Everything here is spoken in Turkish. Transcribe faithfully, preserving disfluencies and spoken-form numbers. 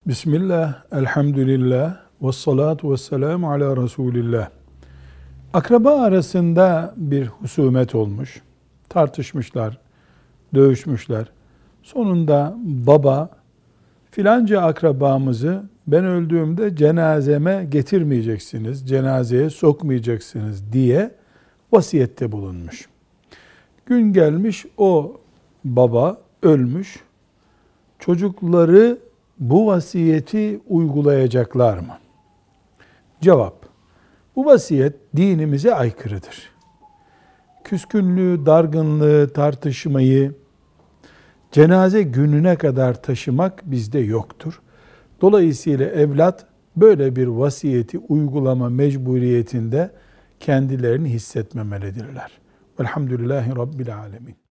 Bismillah, elhamdülillah, ve salatu ve selamu ala Resulillah. Akraba arasında bir husumet olmuş, tartışmışlar, dövüşmüşler. Sonunda baba, filanca akrabamızı ben öldüğümde cenazeme getirmeyeceksiniz, cenazeye sokmayacaksınız diye vasiyette bulunmuş. Gün gelmiş, o baba ölmüş, çocukları bu vasiyeti uygulayacaklar mı? Cevap: bu vasiyet dinimize aykırıdır. Küskünlüğü, dargınlığı, tartışmayı cenaze gününe kadar taşımak bizde yoktur. Dolayısıyla evlat böyle bir vasiyeti uygulama mecburiyetinde kendilerini hissetmemelidirler. Velhamdülillahi Rabbil Alemin.